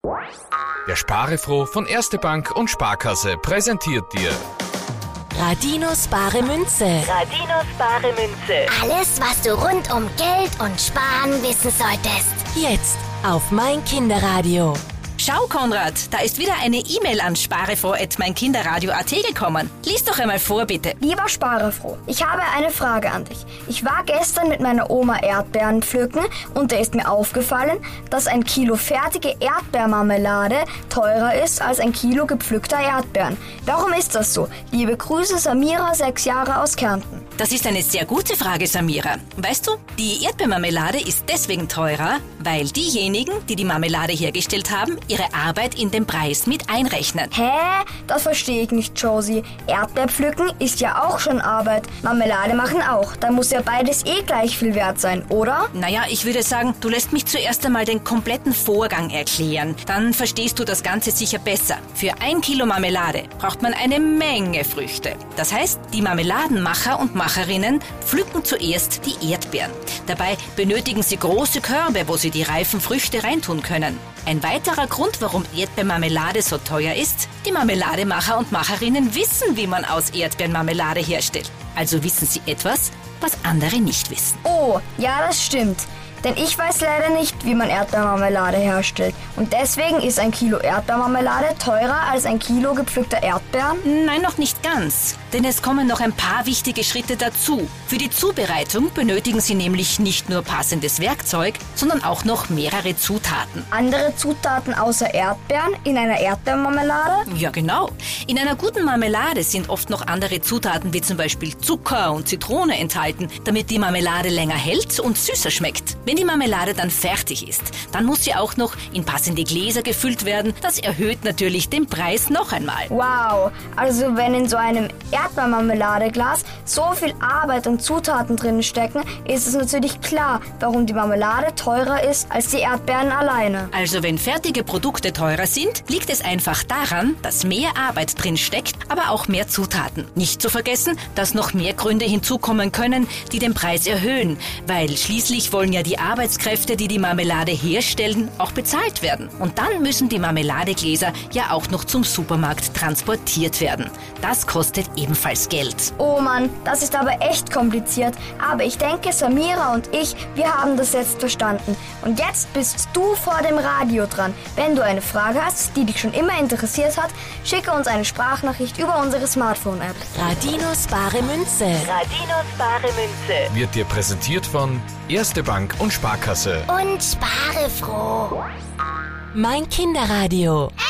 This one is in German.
Der Sparefroh von Erste Bank und Sparkasse präsentiert dir Radinos bare Münze. Radinos bare Münze. Alles, was du rund um Geld und Sparen wissen solltest. Jetzt auf mein Kinderradio. Schau, Konrad, da ist wieder eine E-Mail an sparefroh@meinkinderradio.at gekommen. Lies doch einmal vor, bitte. Lieber Sparefroh, ich habe eine Frage an dich. Ich war gestern mit meiner Oma Erdbeeren pflücken und da ist mir aufgefallen, dass ein Kilo fertige Erdbeermarmelade teurer ist als ein Kilo gepflückter Erdbeeren. Warum ist das so? Liebe Grüße, Samira, 6 Jahre aus Kärnten. Das ist eine sehr gute Frage, Samira. Weißt du, die Erdbeermarmelade ist deswegen teurer, weil diejenigen, die die Marmelade hergestellt haben, ihre Arbeit in den Preis mit einrechnen. Hä? Das verstehe ich nicht, Josie. Erdbeerpflücken ist ja auch schon Arbeit. Marmelade machen auch. Dann muss ja beides gleich viel wert sein, oder? Naja, ich würde sagen, du lässt mich zuerst einmal den kompletten Vorgang erklären. Dann verstehst du das Ganze sicher besser. Für 1 Kilo Marmelade braucht man eine Menge Früchte. Das heißt, die Marmeladenmacher und Macherinnen pflücken zuerst die Erdbeeren. Dabei benötigen sie große Körbe, wo sie die reifen Früchte reintun können. Ein weiterer Grund, warum Erdbeermarmelade so teuer ist: die Marmelademacher und Macherinnen wissen, wie man aus Erdbeeren Marmelade herstellt. Also wissen sie etwas, was andere nicht wissen. Oh, ja, das stimmt. Denn ich weiß leider nicht, wie man Erdbeermarmelade herstellt. Und deswegen ist 1 Kilo Erdbeermarmelade teurer als 1 Kilo gepflückter Erdbeeren? Nein, noch nicht ganz. Denn es kommen noch ein paar wichtige Schritte dazu. Für die Zubereitung benötigen Sie nämlich nicht nur passendes Werkzeug, sondern auch noch mehrere Zutaten. Andere Zutaten außer Erdbeeren in einer Erdbeermarmelade? Ja, genau. In einer guten Marmelade sind oft noch andere Zutaten wie zum Beispiel Zucker und Zitrone enthalten, damit die Marmelade länger hält und süßer schmeckt. Wenn die Marmelade dann fertig ist, dann muss sie auch noch in passende Gläser gefüllt werden. Das erhöht natürlich den Preis noch einmal. Wow, also wenn in so einem Erdbeermarmeladeglas so viel Arbeit und Zutaten drin stecken, ist es natürlich klar, warum die Marmelade teurer ist als die Erdbeeren alleine. Also wenn fertige Produkte teurer sind, liegt es einfach daran, dass mehr Arbeit drin steckt, aber auch mehr Zutaten. Nicht zu vergessen, dass noch mehr Gründe hinzukommen können, die den Preis erhöhen, weil schließlich wollen ja die Arbeitskräfte, die die Marmelade herstellen, auch bezahlt werden. Und dann müssen die Marmeladegläser ja auch noch zum Supermarkt transportiert werden. Das kostet ebenfalls Geld. Oh Mann, das ist aber echt kompliziert. Aber ich denke, Samira und ich, wir haben das jetzt verstanden. Und jetzt bist du vor dem Radio dran. Wenn du eine Frage hast, die dich schon immer interessiert hat, schicke uns eine Sprachnachricht über unsere Smartphone-App. Radinos bare Münze. Radinos bare Münze. wird dir präsentiert von Erste Bank und Sparkasse. Und spare froh. Mein Kinderradio.